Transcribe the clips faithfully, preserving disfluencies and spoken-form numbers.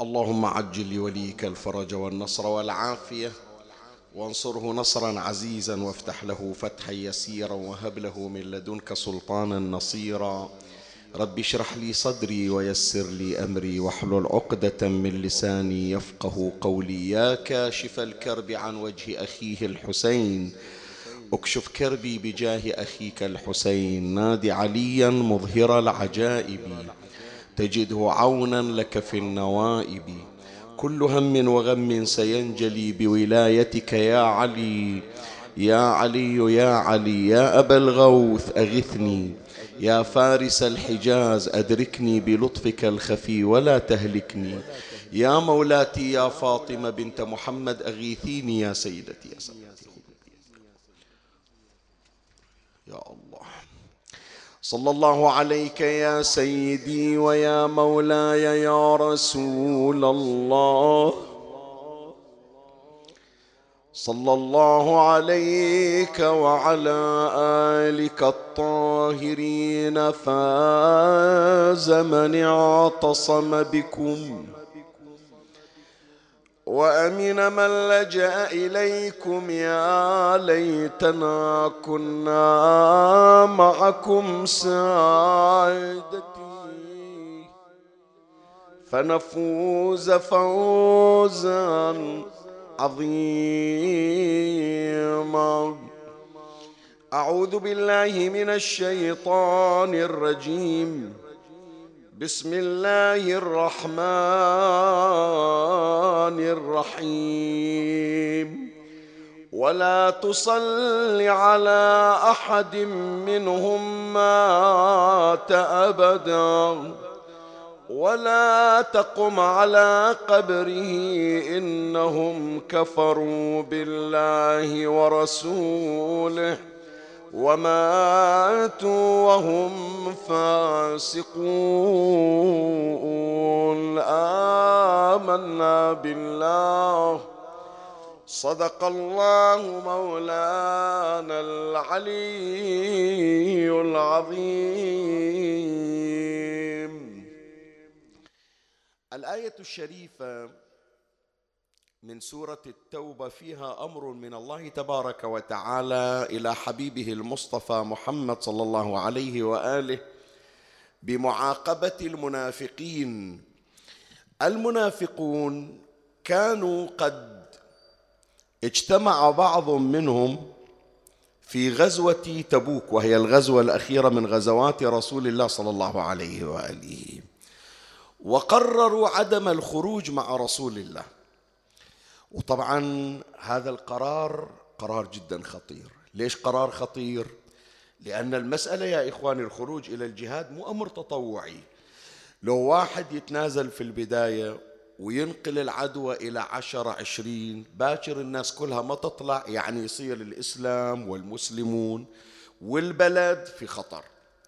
اللهم عجل لوليك الفرج والنصر والعافية، وانصره نصرا عزيزا، وافتح له فتحا يسيرا، وهب له من لدنك سلطانا نصيرا. رب اشرح لي صدري ويسر لي أمري، واحلل عقدة من لساني يفقه قولي. يا كاشف الكرب عن وجه أخيه الحسين، اكشف كربي بجاه أخيك الحسين. نادي عليا مظهر العجائب، تجده عونا لك في النوائب. كل هم وغم سينجلي بولايتك يا علي. يا علي يا علي يا أبا الغوث أغثني، يا فارس الحجاز أدركني بلطفك الخفي ولا تهلكني. يا مولاتي يا فاطمة بنت محمد أغيثيني يا سيدتي يا سيدتي. يا الله، صلى الله عليك يا سيدي ويا مولاي يا رسول الله. صلى الله عليك وعلى آلك الطاهرين. فاز من اعتصم بكم، وأمن من لجأ إليكم. يا ليتنا كنا معكم سادتي، فنفوز فوزا عظيما. أعوذ بالله من الشيطان الرجيم. بسم الله الرحمن الرحيم. ولا تصل على أحد منهم مات أبدا، ولا تقم على قبره، إنهم كفروا بالله ورسوله وماتوا وهم فاسقون. آمنا بالله. صدق الله مولانا العلي العظيم. الآية الشريفة من سورة التوبة فيها أمر من الله تبارك وتعالى إلى حبيبه المصطفى محمد صلى الله عليه وآله بمعاقبة المنافقين. المنافقون كانوا قد اجتمع بعض منهم في غزوة تبوك، وهي الغزوة الأخيرة من غزوات رسول الله صلى الله عليه وآله، وقرروا عدم الخروج مع رسول الله. وطبعا هذا القرار قرار جدا خطير. ليش قرار خطير؟ لأن المسألة يا إخواني الخروج إلى الجهاد مو أمر تطوعي. لو واحد يتنازل في البداية وينقل العدوى إلى عشرة عشرين، باكر الناس كلها ما تطلع، يعني يصير الإسلام والمسلمون والبلد في خطر.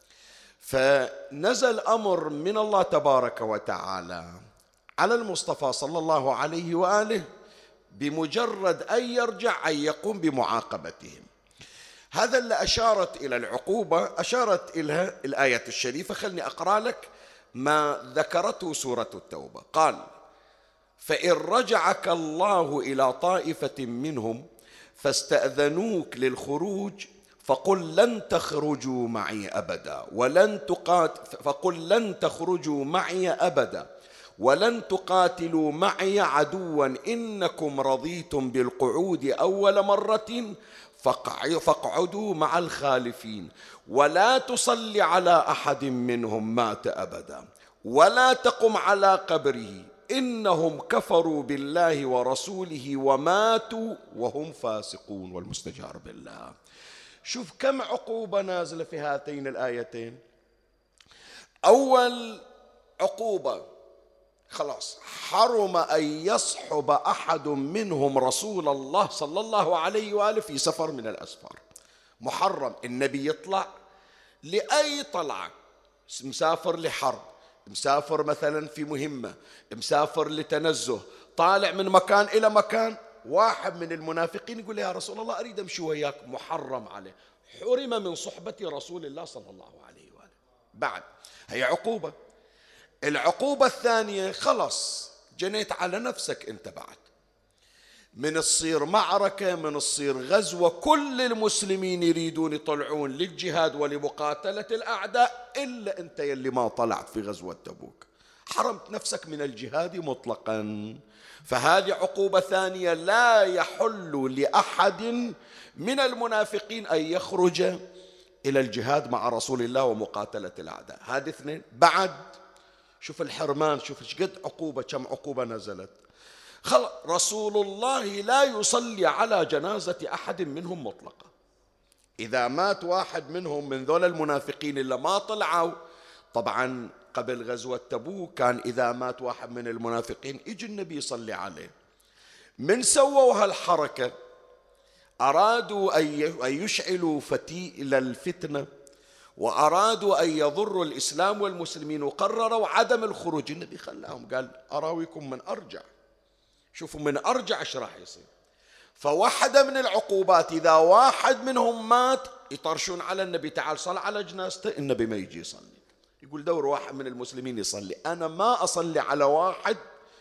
فنزل أمر من الله تبارك وتعالى على المصطفى صلى الله عليه وآله بمجرد أن يرجع أن يقوم بمعاقبتهم. هذا اللي أشارت إلى العقوبة، أشارت إلى الآية الشريفة. خلني أقرأ لك ما ذكرته سورة التوبة. قال: فإن رجعك الله إلى طائفة منهم فاستأذنوك للخروج فقل لن تخرجوا معي أبدا ولن تقاتل فقل لن تخرجوا معي أبدا ولن تقاتلوا معي عدوا، إنكم رضيتم بالقعود أول مرة فاقعدوا مع الخالفين، ولا تصل على أحد منهم مات أبدا، ولا تقم على قبره، إنهم كفروا بالله ورسوله وماتوا وهم فاسقون. والمستجار بالله. شوف كم عقوبة نازلة في هاتين الآيتين. أول عقوبة خلاص حرم أن يصحب أحد منهم رسول الله صلى الله عليه وآله في سفر من الأسفار. محرم النبي يطلع لأي طلعة، مسافر لحرب، مسافر مثلا في مهمة، مسافر لتنزه، طالع من مكان إلى مكان، واحد من المنافقين يقول يا رسول الله أريد أمشي وياك، محرم عليه، حرم من صحبة رسول الله صلى الله عليه وآله. بعد هي عقوبة. العقوبة الثانية خلص جنيت على نفسك أنت بعد. من تصير معركة، من تصير غزوة، كل المسلمين يريدون يطلعون للجهاد ولمقاتلة الأعداء إلا أنت يلي ما طلعت في غزوة تبوك، حرمت نفسك من الجهاد مطلقا. فهذه عقوبة ثانية، لا يحل لأحد من المنافقين أن يخرج إلى الجهاد مع رسول الله ومقاتلة الأعداء. هذه اثنين. بعد شوف الحرمان، شوف ايش قد عقوبة، كم عقوبة نزلت. خلص رسول الله لا يصلي على جنازة أحد منهم مطلقا. إذا مات واحد منهم من ذول المنافقين اللي ما طلعوا، طبعا قبل غزوة تبوك كان إذا مات واحد من المنافقين يجي النبي يصلي عليه. من سووا هالحركة أرادوا أن يشعلوا فتيل الفتنة وأرادوا أن يضروا الإسلام والمسلمين وقرروا عدم الخروج. النبي خلاهم قال أراويكم من أرجع، شوفوا من أرجع ايش راح يصير. فواحدة من العقوبات إذا واحد منهم مات يطرشون على النبي، تعال صل على جنازته، النبي ما يجي يصلي، يقول دور واحد من المسلمين يصلي. أنا ما أصلي على واحد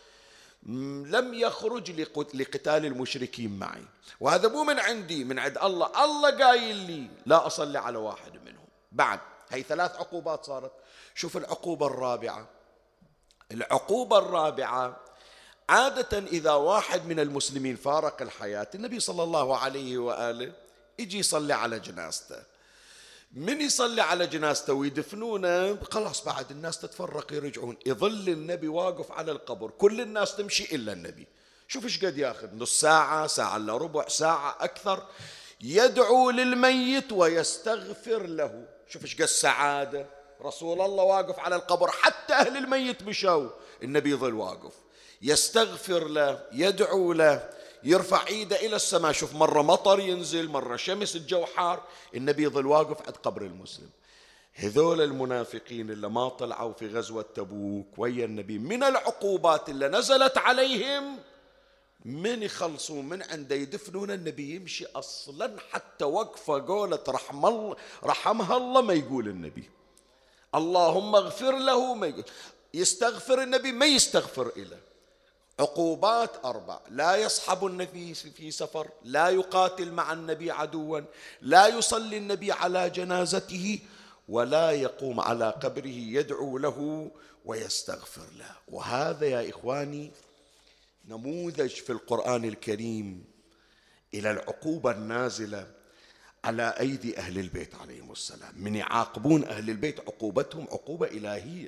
لم يخرج لقتال المشركين معي، وهذا مو من عندي، من عند الله. الله قايل لي لا أصلي على واحد منهم. بعد هي ثلاث عقوبات صارت. شوف العقوبة الرابعة. العقوبة الرابعة عادة إذا واحد من المسلمين فارق الحياة، النبي صلى الله عليه وآله يجي يصلي على جنازته. من يصلي على جنازته ويدفنونه خلاص بعد الناس تتفرق يرجعون، يظل النبي واقف على القبر، كل الناس تمشي إلا النبي. شوف ايش قد ياخذ، نص ساعة، ساعة إلا ربع، ساعة أكثر، يدعو للميت ويستغفر له. شوف ايش قد سعادة، رسول الله واقف على القبر، حتى أهل الميت مشوا النبي يظل واقف يستغفر له، يدعو له، يرفع ايده الى السماء. شوف مرة مطر ينزل، مرة شمس، الجو حار، النبي يظل واقف عند قبر المسلم. هذول المنافقين اللي ما طلعوا في غزوة تبوك ويا النبي، من العقوبات اللي نزلت عليهم من يخلصوا من عنده يدفنون النبي يمشي اصلا حتى وقفة قولة رحم الله رحمها الله ما يقول النبي اللهم اغفر له، ما يقول يستغفر النبي، ما يستغفر إله. عقوبات أربع: لا يصحب النبي في سفر، لا يقاتل مع النبي عدوا، لا يصلي النبي على جنازته، ولا يقوم على قبره يدعو له ويستغفر له. وهذا يا إخواني نموذج في القرآن الكريم إلى العقوبة النازلة على أيدي أهل البيت عليهم السلام. من يعاقبون أهل البيت عقوبتهم عقوبة إلهية،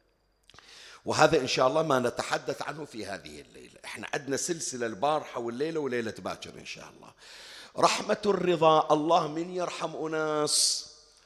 وهذا إن شاء الله ما نتحدث عنه في هذه الليلة. إحنا عندنا سلسلة البارحة والليلة وليلة باكر إن شاء الله. رحمة الرضا، الله من يرحم أناس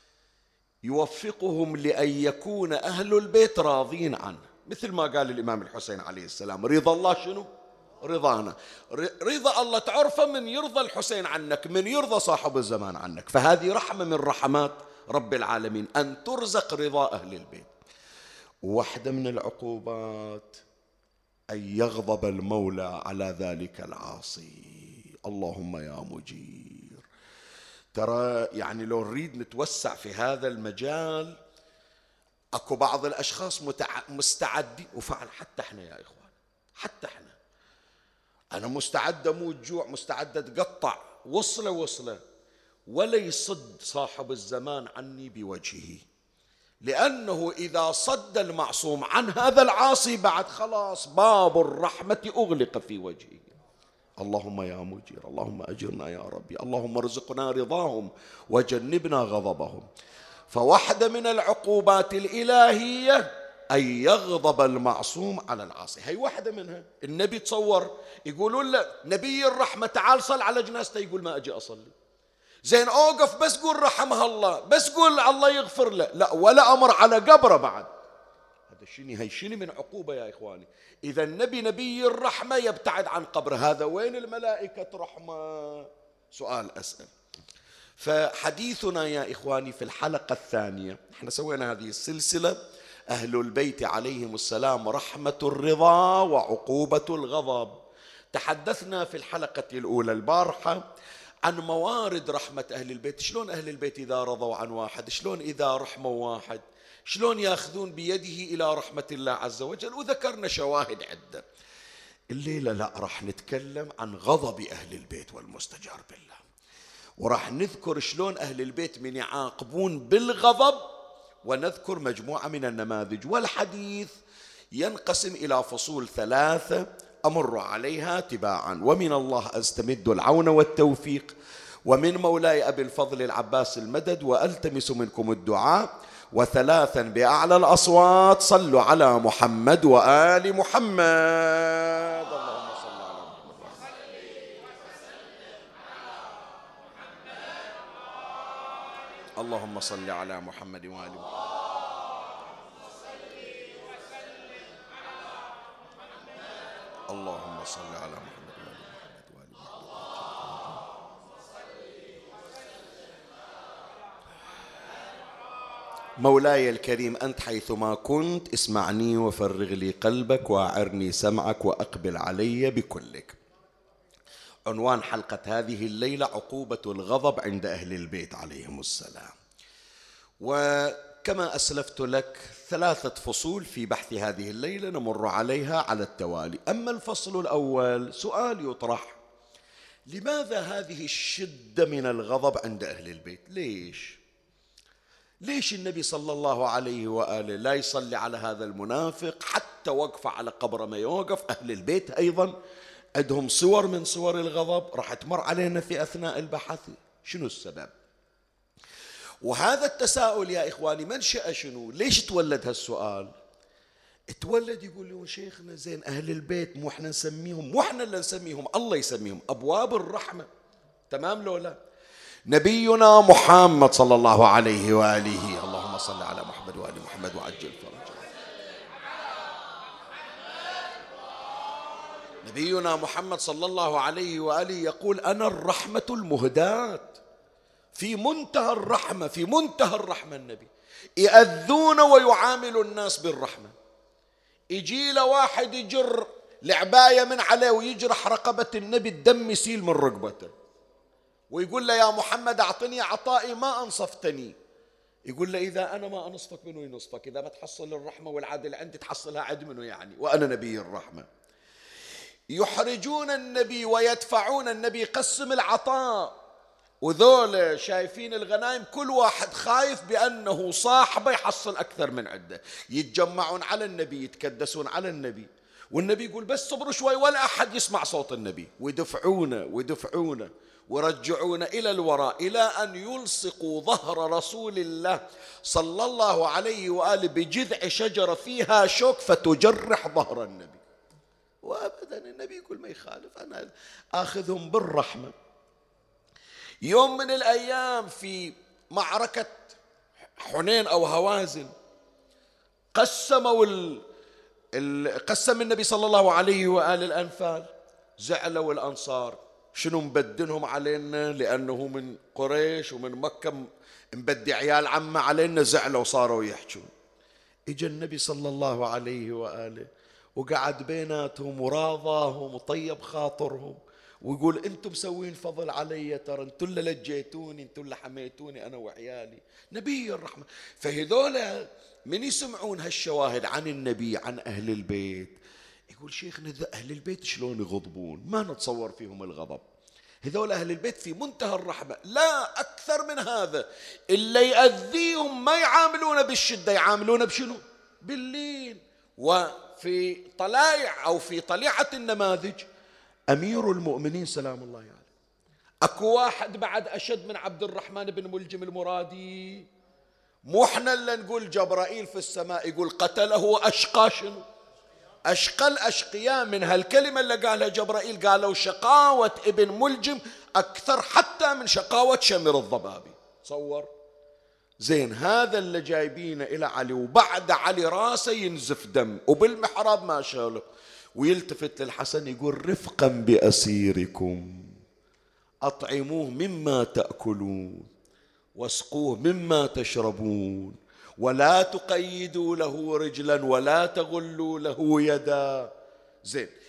يوفقهم لأن يكون أهل البيت راضين عنه، مثل ما قال الإمام الحسين عليه السلام: رضا الله شنو؟ رضانا. رضا الله تعرفه من يرضى الحسين عنك، من يرضى صاحب الزمان عنك. فهذه رحمة من رحمات رب العالمين أن ترزق رضا أهل البيت. واحدة من العقوبات أن يغضب المولى على ذلك العاصي. اللهم يا مجير. ترى يعني لو نريد نتوسع في هذا المجال، أكو بعض الأشخاص مستعدين، وفعل حتى احنا يا إخوان، حتى احنا، أنا مستعد أموت جوع، مستعد أتقطع وصلة وصلة، ولا يصد صاحب الزمان عني بوجهه، لأنه إذا صد المعصوم عن هذا العاصي بعد خلاص باب الرحمة أغلق في وجهه. اللهم يا مجير، اللهم أجرنا يا ربي، اللهم ارزقنا رضاهم وجنبنا غضبهم. فواحدة من العقوبات الإلهية أن يغضب المعصوم على العاصي، هي واحدة منها. النبي تصور يقولون له نبي الرحمة تعال صل على جنازته، يقول ما أجي أصلي. زين أوقف بس قول رحمها الله، بس قول الله يغفر له، لا ولا أمر على قبره بعد. هذا شنو؟ هي شنو من عقوبة يا إخواني؟ إذا النبي نبي الرحمة يبتعد عن قبره، هذا وين الملائكة رحمة؟ سؤال أسأل. فحديثنا يا إخواني في الحلقة الثانية، احنا سوينا هذه السلسلة أهل البيت عليهم السلام رحمة الرضا وعقوبة الغضب. تحدثنا في الحلقة الأولى البارحة عن موارد رحمة أهل البيت، شلون أهل البيت إذا رضوا عن واحد، شلون إذا رحموا واحد، شلون يأخذون بيده إلى رحمة الله عز وجل، وذكرنا شواهد عدة. الليلة لا، راح نتكلم عن غضب أهل البيت والمستجار بالله، وراح نذكر شلون أهل البيت من يعاقبون بالغضب، ونذكر مجموعة من النماذج. والحديث ينقسم إلى فصول ثلاثة أمر عليها تباعا. ومن الله أستمد العون والتوفيق، ومن مولاي أبي الفضل العباس المدد، وألتمس منكم الدعاء. وثلاثا بأعلى الأصوات صلوا على محمد وآل محمد. اللهم صل على محمد. اللهم صل على محمد وآل محمد. اللهم صل على محمد وآل محمد وآل محمد. مولاي الكريم، أنت حيثما كنت اسمعني وفرغ لي قلبك وأعرني سمعك وأقبل علي بكلك. عنوان حلقة هذه الليلة عقوبة الغضب عند أهل البيت عليهم السلام. وكما أسلفت لك ثلاثة فصول في بحث هذه الليلة نمر عليها على التوالي. أما الفصل الأول سؤال يطرح: لماذا هذه الشدة من الغضب عند أهل البيت؟ ليش؟ ليش النبي صلى الله عليه وآله لا يصلي على هذا المنافق حتى وقف على قبر ما يوقف؟ أهل البيت أيضا عندهم صور من صور الغضب راح تمر علينا في أثناء البحث. شنو السبب؟ وهذا التساؤل يا إخواني منشأ شنو؟ ليش تولد هالسؤال؟ تولد يقول له شيخنا زين أهل البيت مو احنا نسميهم، مو احنا اللي نسميهم، الله يسميهم أبواب الرحمة، تمام لو لا؟ نبينا محمد صلى الله عليه وآله، اللهم صل على محمد وآل محمد وعجل فرجه. نبينا محمد صلى الله عليه وآله يقول: أنا الرحمة المهداة، في منتهى الرحمة، في منتهى الرحمة. النبي يأذون ويعامل الناس بالرحمة. يجي له واحد يجر لعباية من عليه ويجرح رقبة النبي، الدم يسيل من رقبته، ويقول له: يا محمد أعطني عطائي ما أنصفتني. يقول له: إذا أنا ما أنصفك منو ينصفك؟ إذا ما تحصل الرحمة والعدل عندي تحصلها عد منو يعني؟ وأنا نبي الرحمة. يحرجون النبي ويدفعون النبي، يقسم العطاء، وذول شايفين الغنائم كل واحد خايف بأنه صاحبه يحصل أكثر من عده. يتجمعون على النبي، يتكدسون على النبي، والنبي يقول: بس صبروا شوي، ولا أحد يسمع صوت النبي، ويدفعونه ويدفعونه ورجعون إلى الوراء، إلى أن يلصقوا ظهر رسول الله صلى الله عليه وآله بجذع شجرة فيها شوك فتجرح ظهر النبي. وأبدا النبي يقول ما يخالف، أنا آخذهم بالرحمة. يوم من الأيام في معركة حنين أو هوازن قسموا ال... ال... قسم النبي صلى الله عليه وآله الأنفال. زعلوا الأنصار، شنو مبدنهم علينا لأنه من قريش ومن مكة مبدي عيال عمه علينا. زعلوا وصاروا يحجون. إجا النبي صلى الله عليه وآله وقعد بيناتهم وراضاهم وطيب خاطرهم، ويقول: انتم مسوين فضل علي، ترى انتم اللي لجيتوني، انتم اللي حميتوني انا وعيالي، نبي الرحمة. فهذولا من يسمعون هالشواهد عن النبي عن اهل البيت يقول: شيخنا اهل البيت شلون يغضبون؟ ما نتصور فيهم الغضب. هذول اهل البيت في منتهى الرحمة، لا اكثر من هذا. اللي يأذيهم ما يعاملونه بالشدة، يعاملونه بشنو؟ باللين. وفي طلائع او في طليعة النماذج أمير المؤمنين سلام الله عليه، يعني أكو واحد بعد أشد من عبد الرحمن بن ملجم المرادي. مو احنا اللي نقول جبرائيل في السماء يقول قتله أشقى شنو؟ أشقى الأشقياء. من هالكلمة اللي قالها جبرائيل قالوا شقاوة ابن ملجم أكثر حتى من شقاوة شمر الضبابي. تصور زين، هذا اللي جايبينه إلى علي، وبعد علي راسه ينزف دم، وبالمحراب ما شاله، ويلتفت للحسن يقول: رفقا بأسيركم، أطعموه مما تأكلون واسقوه مما تشربون، ولا تقيدوا له رجلا ولا تغلوا له يدا. زين،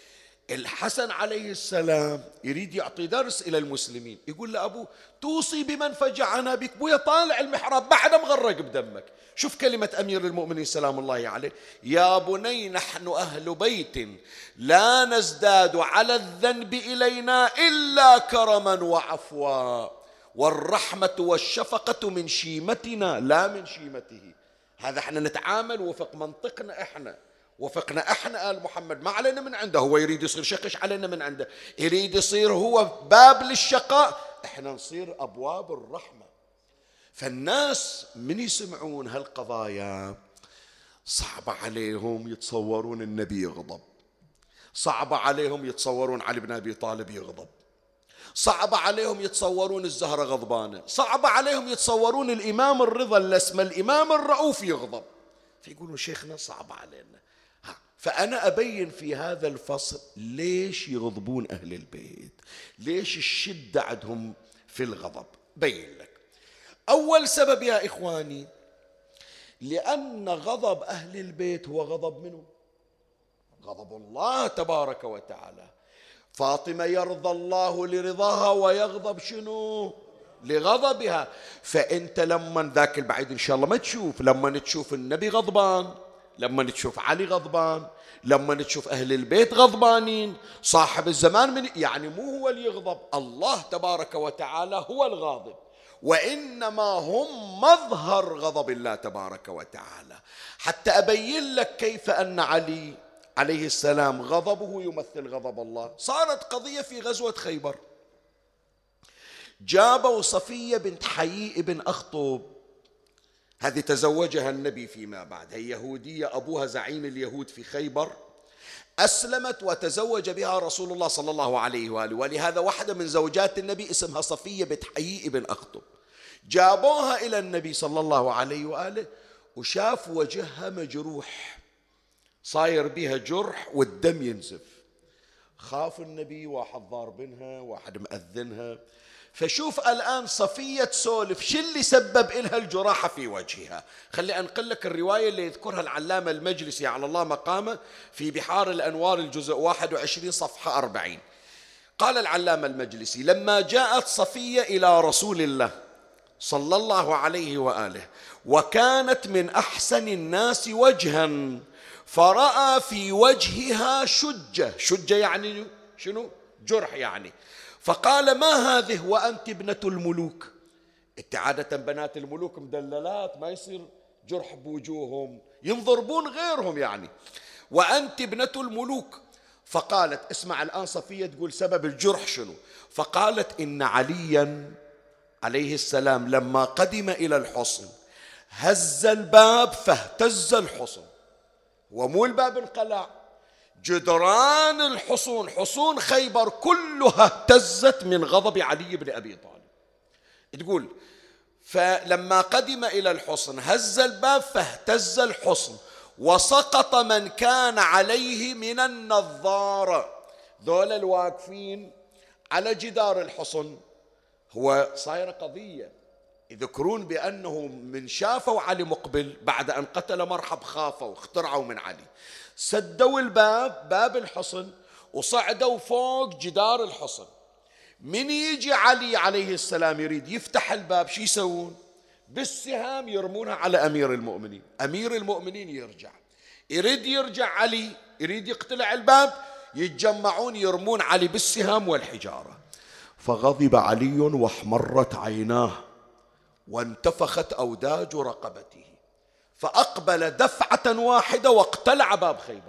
الحسن عليه السلام يريد يعطي درس إلى المسلمين، يقول لأبوه توصي بمن فجعنا بك، بويا طالع المحراب بعد مغرق بدمك. شوف كلمة أمير المؤمنين سلام الله عليه: يا بني نحن أهل بيت لا نزداد على الذنب إلينا إلا كرما وعفوا، والرحمة والشفقة من شيمتنا لا من شيمته. هذا احنا نتعامل وفق منطقنا، احنا وفقنا احنا آل محمد، ما علينا من عنده. هو يريد يصير شقش علينا من عنده، يريد يصير هو باب للشقاء، احنا نصير أبواب الرحمة. فالناس من يسمعون هالقضايا صعب عليهم يتصورون النبي يغضب، صعب عليهم يتصورون علي بن أبي طالب يغضب، صعب عليهم يتصورون الزهرة غضبانة، صعب عليهم يتصورون الإمام الرضا اللي اسمه الإمام الرؤوف يغضب. فيقولون شيخنا صعب علينا. فأنا أبين في هذا الفصل ليش يغضبون أهل البيت، ليش الشدة عندهم في الغضب. بين لك أول سبب يا إخواني، لأن غضب أهل البيت هو غضب منه؟ غضب الله تبارك وتعالى. فاطمة يرضى الله لرضاها ويغضب شنو؟ لغضبها. فأنت لما ذاك البعيد إن شاء الله ما تشوف، لما تشوف النبي غضبان، لما تشوف علي غضبان، لما تشوف أهل البيت غضبانين، صاحب الزمان من يعني مو هو اللي يغضب، الله تبارك وتعالى هو الغاضب، وإنما هم مظهر غضب الله تبارك وتعالى. حتى أبين لك كيف أن علي عليه السلام غضبه يمثل غضب الله. صارت قضية في غزوة خيبر، جابوا صفية بنت حيي بن أخطب، هذه تزوجها النبي فيما بعد، هي يهودية، أبوها زعيم اليهود في خيبر، أسلمت وتزوج بها رسول الله صلى الله عليه وآله، ولهذا واحدة من زوجات النبي اسمها صفية بنت حيي بن أخطب. جابوها إلى النبي صلى الله عليه وآله، وشاف وجهها مجروح، صاير بها جرح والدم ينزف. خاف النبي، واحد ضاربنها، واحد مأذنها. فشوف الآن صفية تسولف شو اللي سبب إلها الجراحة في وجهها. خلي أنقل لك الرواية اللي يذكرها العلامة المجلسي على الله مقامه في بحار الأنوار الجزء واحد وعشرين صفحة أربعين. قال العلامة المجلسي: لما جاءت صفية إلى رسول الله صلى الله عليه وآله وكانت من أحسن الناس وجها، فرأى في وجهها شجة، شجة يعني شنو؟ جرح يعني. فقال: ما هذه وأنت ابنة الملوك؟ انت عادة بنات الملوك مدللات، ما يصير جرح بوجوههم، ينضربون غيرهم يعني، وأنت ابنة الملوك. فقالت، اسمع الآن صفية تقول سبب الجرح شنو. فقالت: إن عليا عليه السلام لما قدم إلى الحصن هز الباب فاهتز الحصن، ومو الباب انقلع، جدران الحصون، حصون خيبر كلها اهتزت من غضب علي بن أبي طالب. تقول: فلما قدم إلى الحصن هز الباب فاهتز الحصن، وسقط من كان عليه من النظارة، ذول الواقفين على جدار الحصن. هو صايرة قضية، يذكرون بأنه من شافوا علي مقبل بعد أن قتل مرحب، خافوا اخترعوا من علي، سدوا الباب، باب الحصن، وصعدوا فوق جدار الحصن. من يجي علي عليه السلام يريد يفتح الباب، شو يسوون؟ بالسهام يرمونها على أمير المؤمنين. أمير المؤمنين يرجع، يريد يرجع علي، يريد يقتلع الباب، يتجمعون يرمون علي بالسهام والحجارة. فغضب علي واحمرت عيناه وانتفخت أوداج رقبته، فأقبل دفعة واحدة واقتلع باب خيبر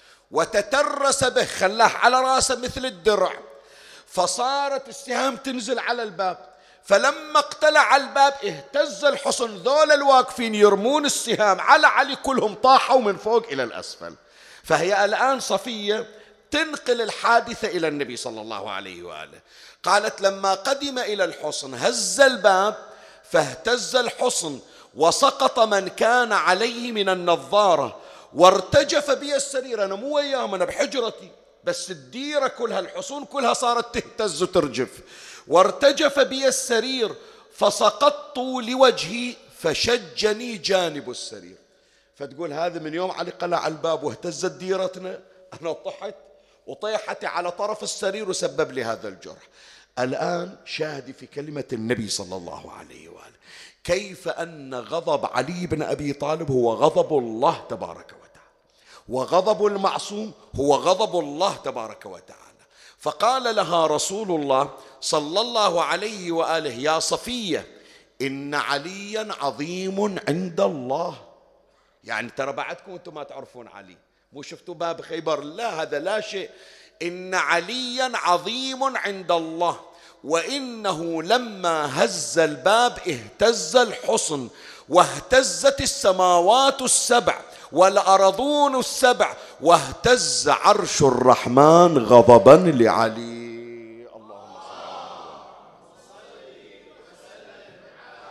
وتترس به، خلاه على راسه مثل الدرع، فصارت السهام تنزل على الباب. فلما اقتلع الباب اهتز الحصن، ذول الواقفين يرمون السهام على علي كلهم طاحوا من فوق إلى الأسفل. فهي الآن صفية تنقل الحادثة إلى النبي صلى الله عليه وآله. قالت: لما قدم إلى الحصن هز الباب فاهتز الحصن، وسقط من كان عليه من النظارة، وارتجف بي السرير. أنا مو وياهم، أنا بحجرتي، بس الديرة كلها، الحصون كلها صارت تهتز وترجف. وارتجف بي السرير فسقطت لوجهي فشجني جانب السرير. فتقول هذا من يوم علي قلع الباب واهتزت ديرتنا، أنا طحت وطيحتي على طرف السرير وسبب لي هذا الجرح. الآن شاهدي في كلمة النبي صلى الله عليه وآله كيف أن غضب علي بن أبي طالب هو غضب الله تبارك وتعالى، وغضب المعصوم هو غضب الله تبارك وتعالى. فقال لها رسول الله صلى الله عليه وآله: يا صفية، إن عليا عظيم عند الله. يعني ترى بعدكم أنتم ما تعرفون علي، مو شفتوا باب خيبر؟ لا، هذا لا شيء. إن عليا عظيم عند الله، وإنه لما هز الباب اهتز الحصن، واهتزت السماوات السبع والأرضون السبع، واهتز عرش الرحمن غضبا لعلي. اللهم صل وسلم.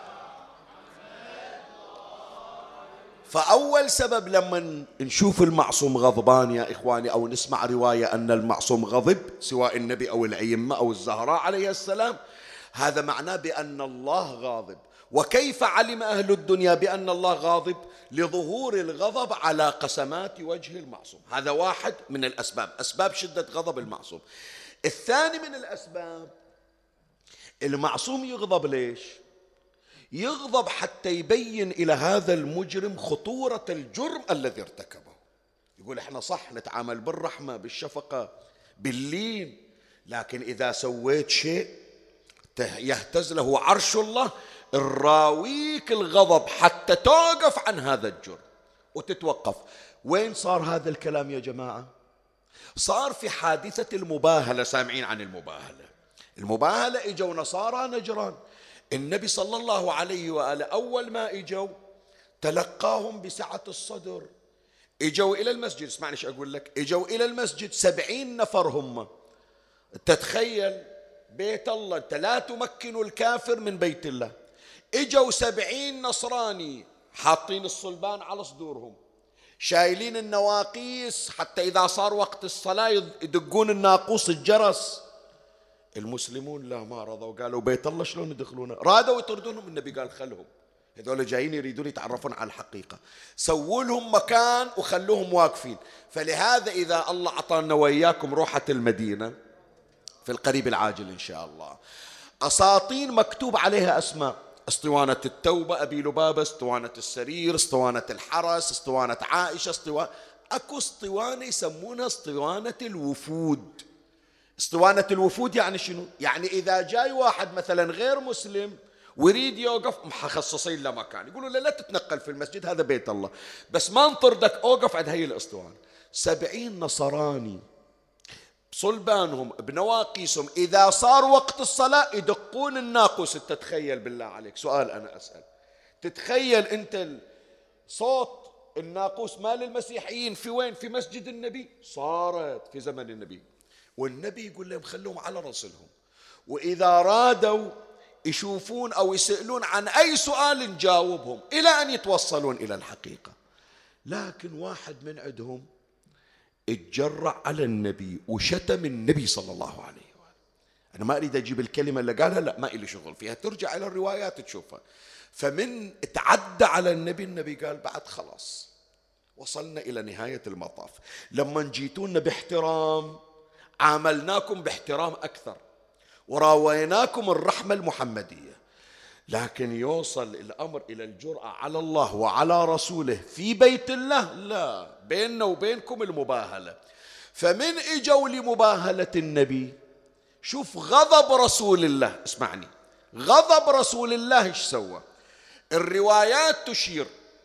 فأول سبب لما نشوف المعصوم غضبان يا إخواني، أو نسمع رواية أن المعصوم غضب، سواء النبي أو الأئمة أو الزهراء عليه السلام، هذا معناه بأن الله غاضب. وكيف علم أهل الدنيا بأن الله غاضب؟ لظهور الغضب على قسمات وجه المعصوم. هذا واحد من الأسباب، أسباب شدة غضب المعصوم. الثاني من الأسباب، المعصوم يغضب ليش؟ يغضب حتى يبين إلى هذا المجرم خطورة الجرم الذي ارتكبه. يقول احنا صح نتعامل بالرحمة بالشفقة باللين، لكن إذا سويت شيء يهتز له عرش الله، الراويك الغضب حتى توقف عن هذا الجرم وتتوقف. وين صار هذا الكلام يا جماعة؟ صار في حادثة المباهلة. سامعين عن المباهلة؟ المباهلة اجوا نصارى نجران، النبي صلى الله عليه وآله أول ما اجوا تلقاهم بسعة الصدر، اجوا إلى المسجد. اسمعني ايش أقول لك، اجوا إلى المسجد سبعين نفر هم. تتخيل بيت الله، أنت لا تمكن الكافر من بيت الله. اجوا سبعين نصراني حاطين الصلبان على صدورهم، شايلين النواقيس، حتى إذا صار وقت الصلاة يدقون الناقوس الجرس. المسلمون لا، ما رضوا، قالوا بيت الله شلون يدخلونه؟ رادوا يطردونهم، النبي قال خلهم، هذول جايين يريدون يتعرفون على الحقيقة، سووا لهم مكان وخلوهم واقفين. فلهذا إذا الله أعطانا وإياكم روحة المدينة في القريب العاجل إن شاء الله، أساطين مكتوب عليها أسماء: اسطوانة التوبة أبي لبابة، اسطوانة السرير، اسطوانة الحرس، اسطوانة عائشة، اسطوانة أكو اسطوانة يسمونها اسطوانة الوفود. اسطوانة الوفود يعني شنو؟ يعني إذا جاي واحد مثلا غير مسلم ويريد يوقف، مخصصين له مكان، يقولوا له لا تتنقل في المسجد، هذا بيت الله، بس ما نطردك، أوقف عند هي الاسطوانة. سبعين نصراني صلبانهم بنواقيسهم، إذا صار وقت الصلاة يدقون الناقوس. تتخيل بالله عليك، سؤال أنا أسأل، تتخيل أنت صوت الناقوس مال المسيحيين في وين؟ في مسجد النبي، صارت في زمن النبي، والنبي يقول لهم خلوهم على رسلهم، وإذا رادوا يشوفون أو يسألون عن أي سؤال نجاوبهم إلى أن يتوصلون إلى الحقيقة. لكن واحد من عندهم اتجرأ على النبي وشتم النبي صلى الله عليه وآله. أنا ما أريد أجيب الكلمة اللي قالها، لا، ما إلي شغل فيها، ترجع إلى الروايات تشوفها. فمن اتعدى على النبي، النبي قال بعد خلاص وصلنا إلى نهاية المطاف، لما جيتونا باحترام عاملناكم باحترام أكثر وراويناكم الرحمة المحمدية، لكن يوصل الأمر إلى الجرأة على الله وعلى رسوله في بيت الله، لا، بيننا وبينكم المباهلة. فمن إجوا لمباهلة النبي، شوف غضب رسول الله، اسمعني، غضب رسول الله ايش سوى؟ الروايات تشير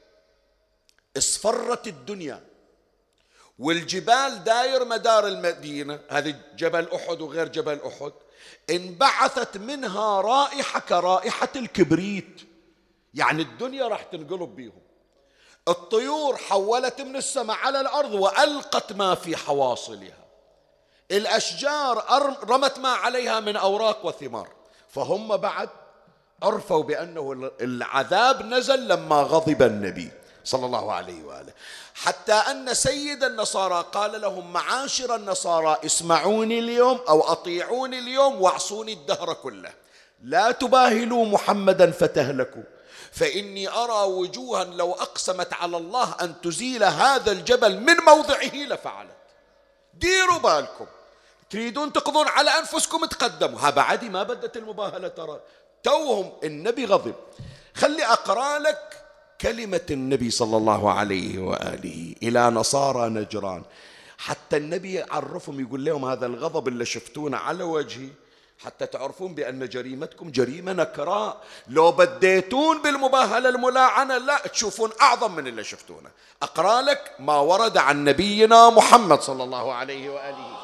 اصفرت الدنيا، والجبال داير مدار المدينة، هذه جبل أحد وغير جبل أحد، انبعثت منها رائحة كرائحة الكبريت، يعني الدنيا راح تنقلب بيهم. الطيور حولت من السماء على الأرض وألقت ما في حواصلها، الأشجار رمت ما عليها من أوراق وثمار. فهم بعد عرفوا بأنه العذاب نزل لما غضب النبي صلى الله عليه وآله، حتى أن سيد النصارى قال لهم: معاشر النصارى، اسمعوني اليوم أو أطيعوني اليوم واعصوني الدهر كله، لا تباهلوا محمدا فتهلكوا، فإني أرى وجوها لو أقسمت على الله أن تزيل هذا الجبل من موضعه لفعلت. ديروا بالكم، تريدون تقضون على أنفسكم تقدموا. ها بعدي ما بدت المباهلة، ترى توهم النبي غضب. خلي أقرأ لك كلمة النبي صلى الله عليه وآله إلى نصارى نجران، حتى النبي يعرفهم، يقول لهم هذا الغضب اللي شفتونه على وجهي حتى تعرفون بأن جريمتكم جريمة نكراء، لو بديتون بالمباهلة الملاعنة لا تشوفون أعظم من اللي شفتونه. أقرأ لك ما ورد عن نبينا محمد صلى الله عليه وآله.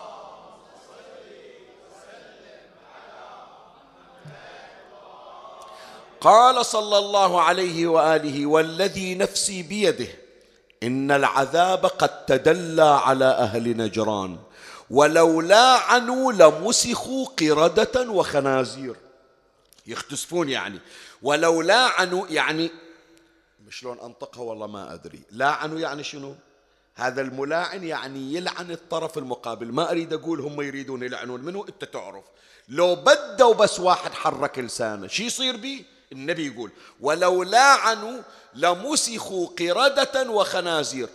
قال صلى الله عليه وآله: والذي نفسي بيده إن العذاب قد تدلى على أهل نجران ولو لاعنوا لمسخوا قردة وخنازير. يختسفون يعني، ولو لاعنوا يعني شلون أنطقها والله ما أدري. لاعنوا يعني شنو؟ هذا الملاعن يعني يلعن الطرف المقابل. ما أريد أقول هم يريدون يلعنون منه، أنت تعرف لو بدوا بس واحد حرك لسانه شي يصير بيه. النبي يقول: ولو لاعنوا لمسخوا قردة وخنازير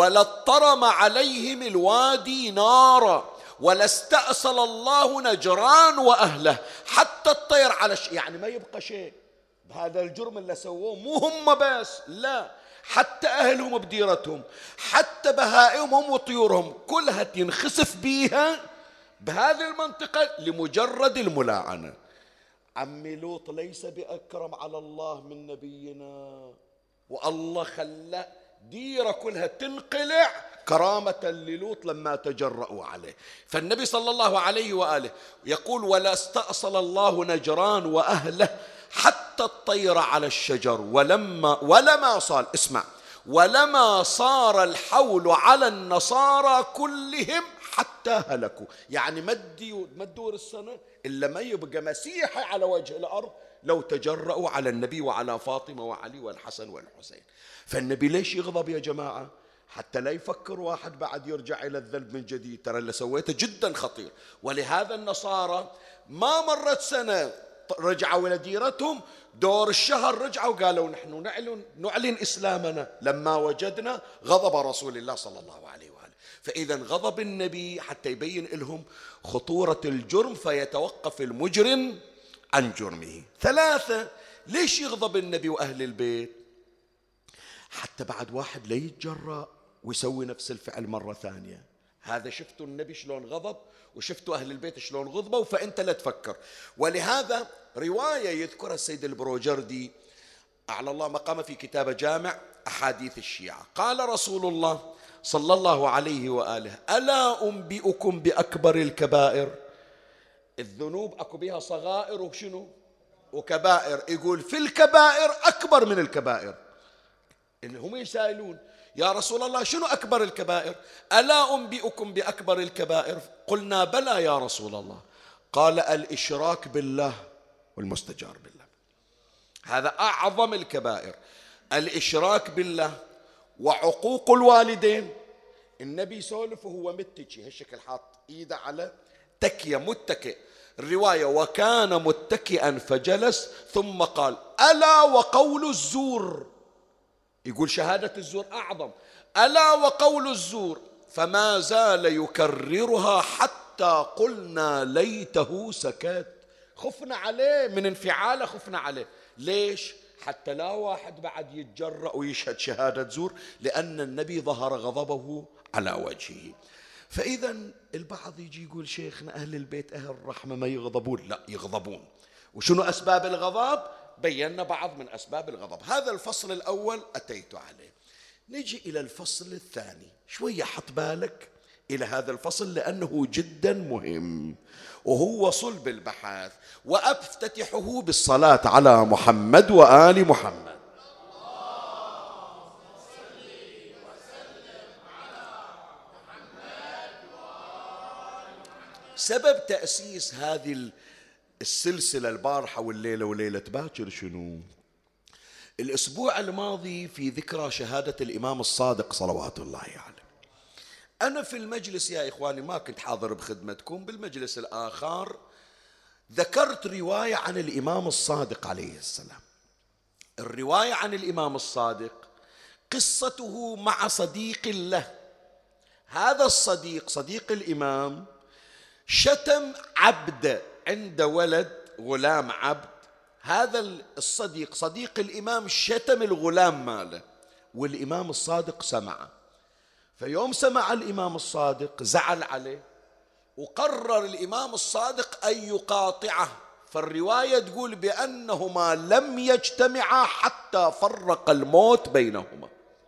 ولطرم عليهم الوادي نارا ولاستأصل الله نجران وأهله حتى الطير على ش... يعني ما يبقى شيء بهذا الجرم اللي سووه. مو هم بس، لا، حتى أهلهم بديرتهم، حتى بهائمهم وطيورهم كلها تنخسف بيها بهذه المنطقة لمجرد الملاعنة. عمي لوط ليس بأكرم على الله من نبينا، والله خلى ديرة كلها تنقلع كرامة للوط لما تجرؤوا عليه. فالنبي صلى الله عليه وآله يقول: ولا استأصل الله نجران وأهله حتى الطير على الشجر ولما ولما صار اسمع ولما صار الحول على النصارى كلهم حتى هلكوا. يعني ما تدور السنة إلا ما يبقى مسيحي على وجه الأرض لو تجرؤوا على النبي وعلى فاطمة وعلي والحسن والحسين. فالنبي ليش يغضب يا جماعة؟ حتى لا يفكر واحد بعد يرجع إلى الذنب من جديد. ترى اللي سويته جدا خطير. ولهذا النصارى ما مرت سنة رجعوا إلى ديرتهم، دور الشهر رجعوا قالوا: نحن نعلن, نعلن إسلامنا لما وجدنا غضب رسول الله صلى الله عليه وآله. فإذا غضب النبي حتى يبين لهم خطورة الجرم فيتوقف المجرم عن جرمه. ثلاثة: ليش يغضب النبي وأهل البيت؟ حتى بعد واحد لا يتجرأ ويسوي نفس الفعل مرة ثانية. هذا شفتوا النبي شلون غضب وشفتوا أهل البيت شلون غضبوا، فأنت لا تفكر. ولهذا رواية يذكرها السيد البروجردي أعلى الله مقامه في كتاب جامع أحاديث الشيعة، قال رسول الله صلى الله عليه وآله: ألا أنبئكم بأكبر الكبائر؟ الذنوب أكو بها صغائر وشنو وكبائر. يقول في الكبائر أكبر من الكبائر. إنهم يسألون: يا رسول الله شنو أكبر الكبائر؟ ألا أنبئكم بأكبر الكبائر؟ قلنا: بلى يا رسول الله. قال: الإشراك بالله والمستجار بالله. هذا أعظم الكبائر، الإشراك بالله وعقوق الوالدين. النبي يسولف وهو متكي هالشكل، حاط إيده على تكية، متكئ. الرواية: وكان متكئا فجلس ثم قال: ألا وقول الزور. يقول شهادة الزور أعظم. ألا وقول الزور. فما زال يكررها حتى قلنا ليته سكت. خفنا عليه من انفعاله، خفنا عليه. ليش؟ حتى لا واحد بعد يتجرأ ويشهد شهادة زور، لأن النبي ظهر غضبه على وجهه. فإذا البعض يجي يقول: شيخنا أهل البيت أهل الرحمة ما يغضبون. لا، يغضبون. وشنو أسباب الغضب؟ بينا بعض من أسباب الغضب. هذا الفصل الأول أتيت عليه. نجي إلى الفصل الثاني. شوية حط بالك إلى هذا الفصل لأنه جدا مهم وهو صلب البحث، وأفتتحه بالصلاة على محمد وآل محمد. سبب تأسيس هذه السلسلة البارحة والليلة وليلة باكر شنو؟ الأسبوع الماضي في ذكرى شهادة الإمام الصادق صلوات الله عليه. أنا في المجلس يا إخواني ما كنت حاضر بخدمتكم، بالمجلس الآخر ذكرت رواية عن الإمام الصادق عليه السلام. الرواية عن الإمام الصادق قصته مع صديق له. هذا الصديق صديق الإمام شتم عبد، عنده ولد غلام عبد، هذا الصديق صديق الإمام شتم الغلام ماله، والإمام الصادق سمعه. فيوم سمع الإمام الصادق زعل عليه، وقرر الإمام الصادق أن يقاطعه. فالرواية تقول بأنهما لم يجتمعا حتى فرق الموت بينهما.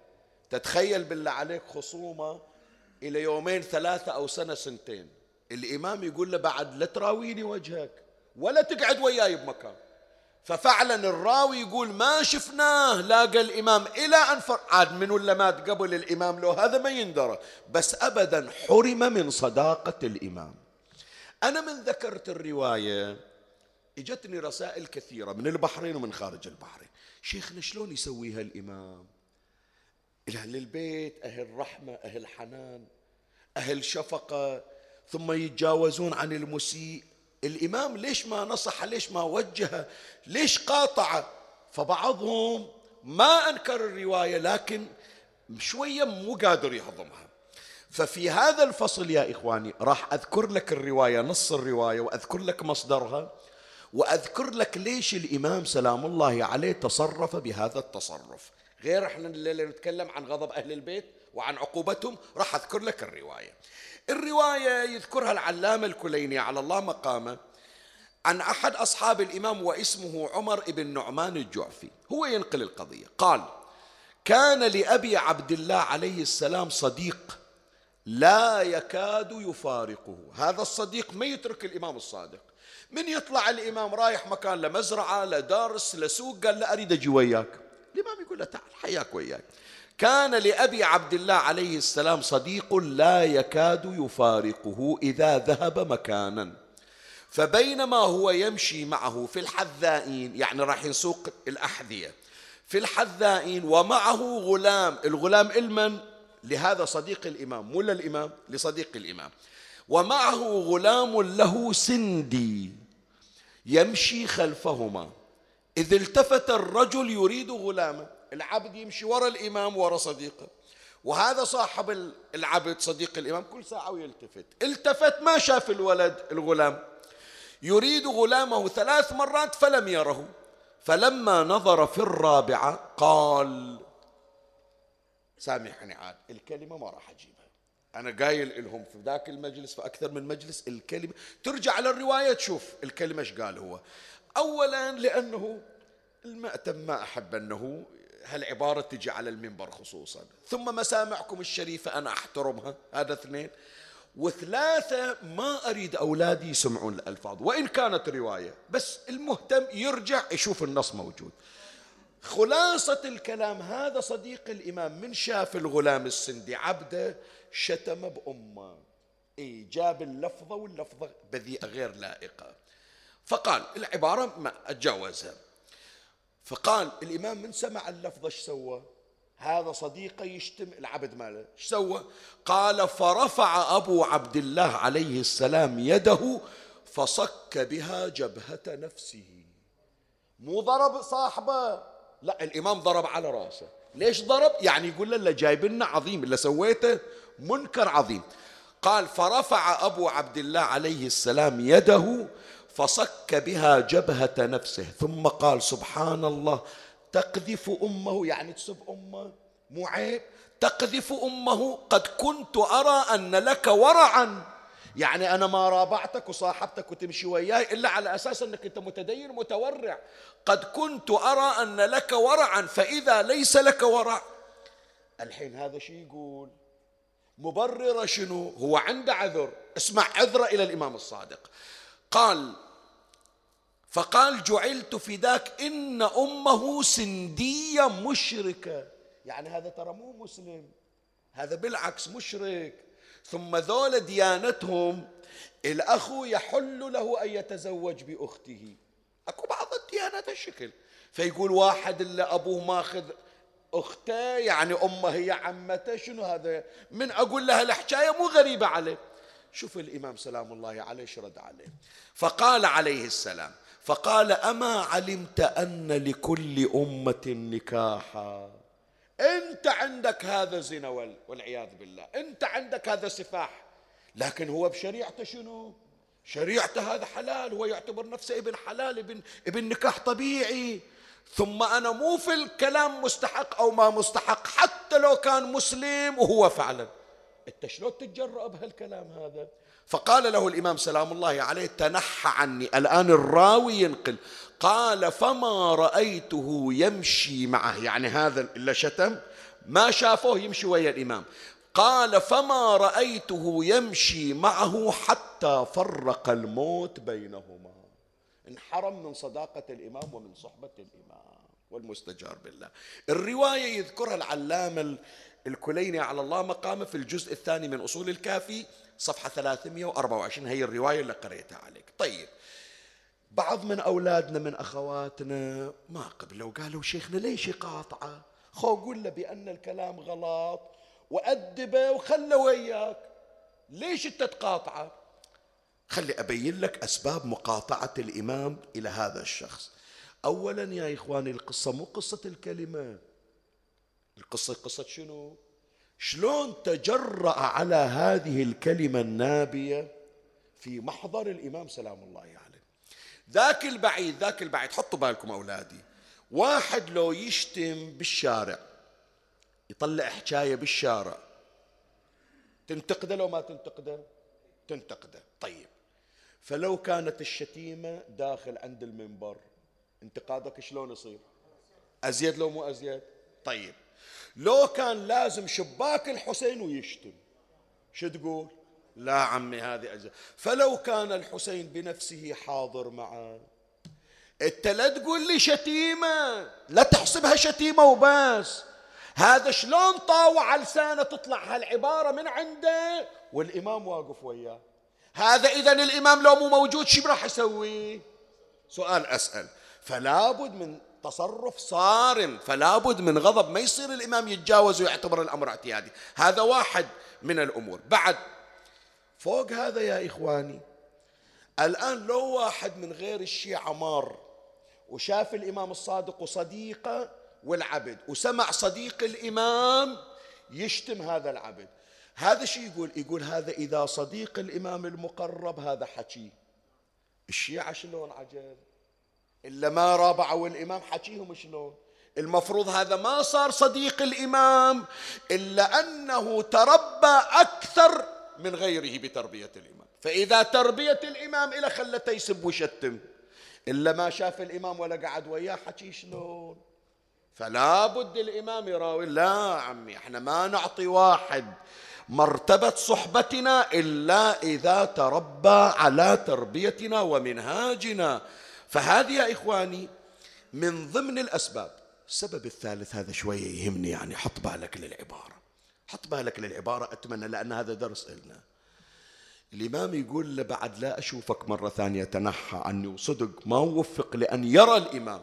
تتخيل بالله عليك خصومة إلى يومين ثلاثة أو سنة سنتين، الإمام يقول له بعد لا تراويني وجهك ولا تقعد وياي بمكان. ففعلا الراوي يقول ما شفناه لاقى الإمام إلى أن فر... عاد من ولا مات قبل الإمام لو هذا ما يندرى، بس أبدا حرم من صداقة الإمام. أنا من ذكرت الرواية اجتني رسائل كثيرة من البحرين ومن خارج البحرين، شيخنا شلون يسويها الإمام؟ أهل البيت أهل رحمة أهل حنان أهل شفقة، ثم يتجاوزون عن المسيء، الإمام ليش ما نصح، ليش ما وجه، ليش قاطع؟ فبعضهم ما أنكر الرواية لكن شوية مو قادر يهضمها. ففي هذا الفصل يا إخواني راح أذكر لك الرواية، نص الرواية، وأذكر لك مصدرها، وأذكر لك ليش الإمام سلام الله عليه تصرف بهذا التصرف. غير احنا الليلة نتكلم عن غضب أهل البيت وعن عقوبتهم، راح أذكر لك الرواية. الرواية يذكرها العلامة الكليني على الله مقامه عن أحد أصحاب الإمام واسمه عمر بن نعمان الجعفي، هو ينقل القضية. قال: كان لأبي عبد الله عليه السلام صديق لا يكاد يفارقه. هذا الصديق ما يترك الإمام الصادق، من يطلع الإمام رايح مكان لمزرعة لدارس لسوق قال لا أريد أجي وياك، الإمام يقول له تعال حياك وياك. كان لأبي عبد الله عليه السلام صديق لا يكاد يفارقه إذا ذهب مكانا، فبينما هو يمشي معه في الحذائين، يعني راح يسوق الأحذية في الحذائين، ومعه غلام، الغلام المن لهذا صديق الإمام مو للإمام، لصديق الإمام، ومعه غلام له سندي يمشي خلفهما، إذ التفت الرجل يريد غلامه، العبد يمشي وراء الإمام وراء صديقه، وهذا صاحب العبد صديق الإمام كل ساعة ويلتفت، التفت ما شاف الولد الغلام، يريد غلامه ثلاث مرات فلم يره، فلما نظر في الرابعة قال: سامحني عاد الكلمة ما راح أجيبها، أنا قايل لهم في ذاك المجلس في أكثر من مجلس الكلمة، ترجع على الرواية تشوف الكلمة إيش قال هو. أولا لأنه المأتم ما أحب أنه هالعبارة تجي على المنبر خصوصا، ثم مسامعكم الشريفة أنا أحترمها، هذا اثنين، وثلاثة ما أريد أولادي يسمعون الألفاظ وإن كانت رواية، بس المهتم يرجع يشوف النص موجود. خلاصة الكلام، هذا صديق الإمام من شاف الغلام السندي عبده شتم بأمه، إيه جاب اللفظة واللفظة بذيئة غير لائقة، فقال العبارة ما أتجاوزها، فقال الإمام من سمع اللفظة ايش سوى؟ هذا صديقه يشتم العبد ماله، ايش سوى؟ قال: فرفع أبو عبد الله عليه السلام يده فصك بها جبهة نفسه. مو ضرب صاحبه، لا، الإمام ضرب على راسه. ليش ضرب؟ يعني يقول له اللي جايب لنا عظيم، اللي سويته منكر عظيم. قال: فرفع أبو عبد الله عليه السلام يده فصك بها جبهة نفسه، ثم قال: سبحان الله، تقذف أمه، يعني تسب أمه مو عيب، تقذف أمه، قد كنت أرى أن لك ورعا، يعني أنا ما رابعتك وصاحبتك وتمشي وياي إلا على أساس أنك أنت متدين متورع، قد كنت أرى أن لك ورعا، فإذا ليس لك ورع. الحين هذا شيء يقول مبرر شنو؟ هو عنده عذر، اسمع عذره إلى الإمام الصادق. قال: فقال: جعلت فداك إن أمه سندية مشركة، يعني هذا ترى مو مسلم، هذا بالعكس مشرك، ثم ذول ديانتهم الأخو يحل له أن يتزوج بأخته، أكو بعض الديانات الشكل، فيقول واحد اللي أبوه ماخذ أخته يعني أمه هي عمته، شنو هذا؟ من أقول لها الحكاية مو غريبة عليه. شوف الإمام سلام الله عليه شرد عليه، فقال عليه السلام، فقال: أما علمت أن لكل أمة نكاحا؟ أنت عندك هذا زنا والعياذ بالله، أنت عندك هذا سفاح، لكن هو بشريعته شنو؟ شريعته هذا حلال، هو يعتبر نفسه ابن حلال، ابن, ابن نكاح طبيعي. ثم أنا مو في الكلام مستحق أو ما مستحق، حتى لو كان مسلم وهو فعلا، أنت شلون تتجرأ بهالكلام هذا؟ فقال له الإمام سلام الله عليه: تنحى عني. الآن الراوي ينقل، قال: فما رأيته يمشي معه، يعني هذا اللي شتم ما شافوه يمشي ويا الإمام. قال: فما رأيته يمشي معه حتى فرق الموت بينهما. انحرم من صداقة الإمام ومن صحبة الإمام والمستجار بالله. الرواية يذكرها العلامة الكليني على الله مقامه في الجزء الثاني من أصول الكافي صفحة ثلاثمئة وأربعة وعشرين، هي الرواية اللي قريتها عليك. طيب، بعض من أولادنا من أخواتنا ما قبلوا، قالوا: شيخنا ليش يقاطعه؟ خو قل له بأن الكلام غلط وأدبه وخله وياك، ليش أنت تقاطعه؟ خلي أبين لك أسباب مقاطعة الإمام إلى هذا الشخص. أولا يا إخواني، القصة مو قصة الكلمة، القصة قصة شنو؟ شلون تجرأ على هذه الكلمة النابية في محضر الإمام سلام الله عليه. ذاك البعيد ذاك البعيد حطوا بالكم أولادي، واحد لو يشتم بالشارع، يطلع حكاية بالشارع، تنتقده لو ما تنتقده؟ تنتقده. طيب، فلو كانت الشتيمة داخل عند المنبر، انتقادك شلون يصير؟ أزيد لو مو أزيد؟ طيب، لو كان لازم شباك الحسين ويشتم، شو تقول؟ لا عمي هذه أزيد. فلو كان الحسين بنفسه حاضر معه، انت لا تقول لي شتيمة، لا تحسبها شتيمة وبس. هذا شلون طاوع على لسانه تطلع هالعبارة من عنده والإمام واقف وياه؟ هذا إذن الإمام لو مو موجود شو راح يسوي؟ سؤال أسأل. فلا بد من تصرف صارم، فلا بد من غضب، ما يصير الإمام يتجاوز ويعتبر الأمر اعتيادي. هذا واحد من الأمور. بعد فوق هذا يا إخواني، الآن لو واحد من غير الشيعة مار وشاف الإمام الصادق وصديقه والعبد، وسمع صديق الإمام يشتم هذا العبد، هذا شو يقول؟ يقول هذا إذا صديق الإمام المقرب هذا حكي. الشيعة شلون عجل؟ إلا ما رابعوا الإمام حكيهم شلون؟ المفروض هذا ما صار صديق الإمام إلا أنه تربى أكثر من غيره بتربية الإمام، فإذا تربية الإمام إلى خلته يسب ويشتم، إلا ما شاف الإمام ولا قعد وياه حكي شلون؟ فلا بد الإمام يراوي. لا عمي، احنا ما نعطي واحد مرتبة صحبتنا إلا إذا تربى على تربيتنا ومنهاجنا. فهذه يا إخواني من ضمن الأسباب. السبب الثالث هذا شوية يهمني، يعني حط بالك للعبارة، حط بالك للعبارة أتمنى، لأن هذا درس إلنا. الإمام يقول له: بعد لا أشوفك مرة ثانية، تنحى عني. وصدق ما وفق لأن يرى الإمام،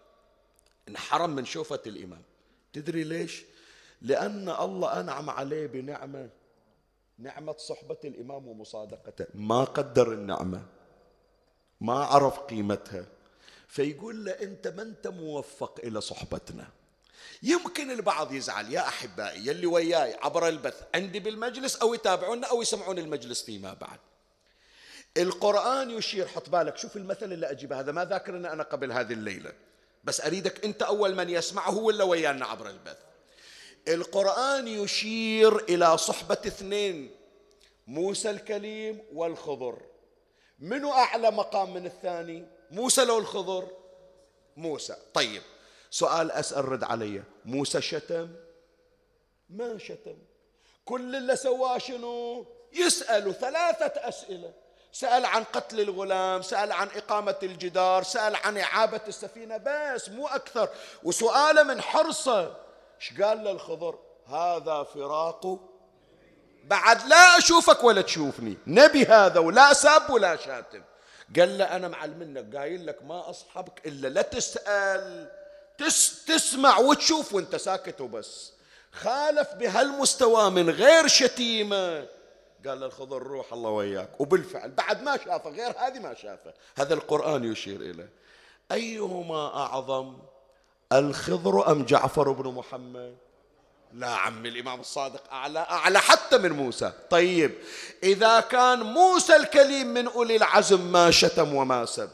انحرم من شوفة الإمام. تدري ليش؟ لأن الله أنعم عليه بنعمة، نعمة صحبة الإمام ومصادقته، ما قدر النعمة، ما عرف قيمتها، فيقول له: أنت ما أنت موفق إلى صحبتنا. يمكن البعض يزعل يا أحبائي يلي وياي عبر البث عندي بالمجلس، أو يتابعون أو يسمعون المجلس فيما بعد. القرآن يشير، حط بالك، شوف المثل اللي أجيبه، هذا ما ذاكرنا أنا قبل هذه الليلة، بس أريدك أنت أول من يسمعه ولا ويانا عبر البث. القرآن يشير إلى صحبة اثنين، موسى الكليم والخضر. منو أعلى مقام من الثاني؟ موسى لو الخضر؟ موسى. طيب، سؤال أسأل رد علي، موسى شتم؟ ما شتم. كل اللي سواه شنو؟ يسأل ثلاثة أسئلة، سأل عن قتل الغلام، سأل عن إقامة الجدار، سأل عن إعابة السفينة، بس مو أكثر. وسؤاله من حرصه ايش قال للخضر؟ هذا فراق، بعد لا أشوفك ولا تشوفني، نبي هذا ولا ساب ولا شاتم. قال له: أنا معلم منك، قايل لك ما أصحبك إلا لا تسأل، تس تسمع وتشوف وانت ساكت وبس. خالف بهالمستوى من غير شتيمة. قال للخضر: روح الله وياك. وبالفعل بعد ما شافه، غير هذه ما شافه. هذا القرآن يشير إليه. أيهما أعظم، الخضر أم جعفر بن محمد؟ لا عمي الإمام الصادق أعلى، أعلى حتى من موسى. طيب إذا كان موسى الكليم من أولي العزم ما شتم وما سب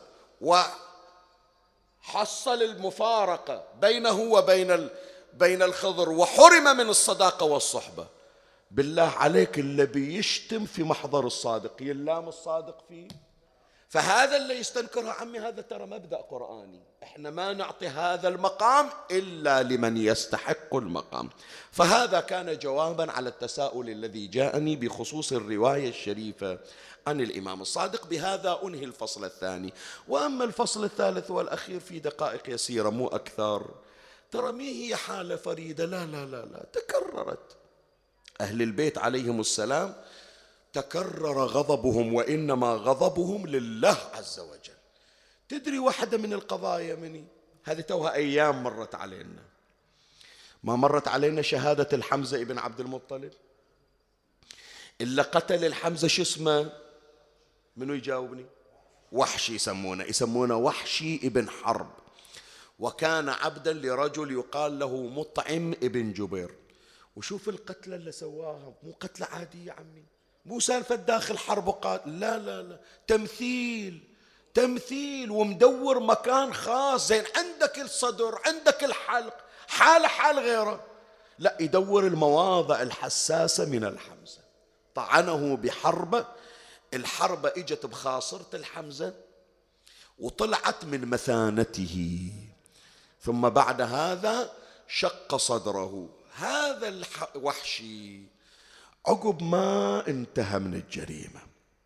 وحصل المفارقة بينه وبين ال... بين الخضر وحرم من الصداقة والصحبة، بالله عليك اللي بيشتم في محضر الصادق يلام الصادق فيه؟ فهذا اللي يستنكرها عمي هذا ترى مبدأ قرآني، احنا ما نعطي هذا المقام إلا لمن يستحق المقام. فهذا كان جوابا على التساؤل الذي جاءني بخصوص الرواية الشريفة عن الإمام الصادق. بهذا أنهي الفصل الثاني. وأما الفصل الثالث والأخير في دقائق يسيرة مو أكثر، ترى مي هي حالة فريدة، لا لا لا لا، تكررت. أهل البيت عليهم السلام تكرر غضبهم، وإنما غضبهم لله عز وجل. تدري واحدة من القضايا مني هذه توها أيام مرت علينا، ما مرت علينا شهادة الحمزة ابن عبد المطلب إلا قتل الحمزة شو اسمه؟ منو يجاوبني؟ وحشي يسمونه، يسمونه وحشي ابن حرب، وكان عبدا لرجل يقال له مطعم ابن جبير. وشوف القتلة اللي سواها، مو قتلة عادية عمي، مو سالفة داخل حرب وقاتل، لا لا لا، تمثيل تمثيل ومدور مكان خاص. زين عندك الصدر، عندك الحلق، حال حال غيره، لا يدور المواضع الحساسة من الحمزة. طعنه بحربة، الحربة اجت بخاصرة الحمزة وطلعت من مثانته، ثم بعد هذا شق صدره. هذا الوحشي عقب ما انتهى من الجريمة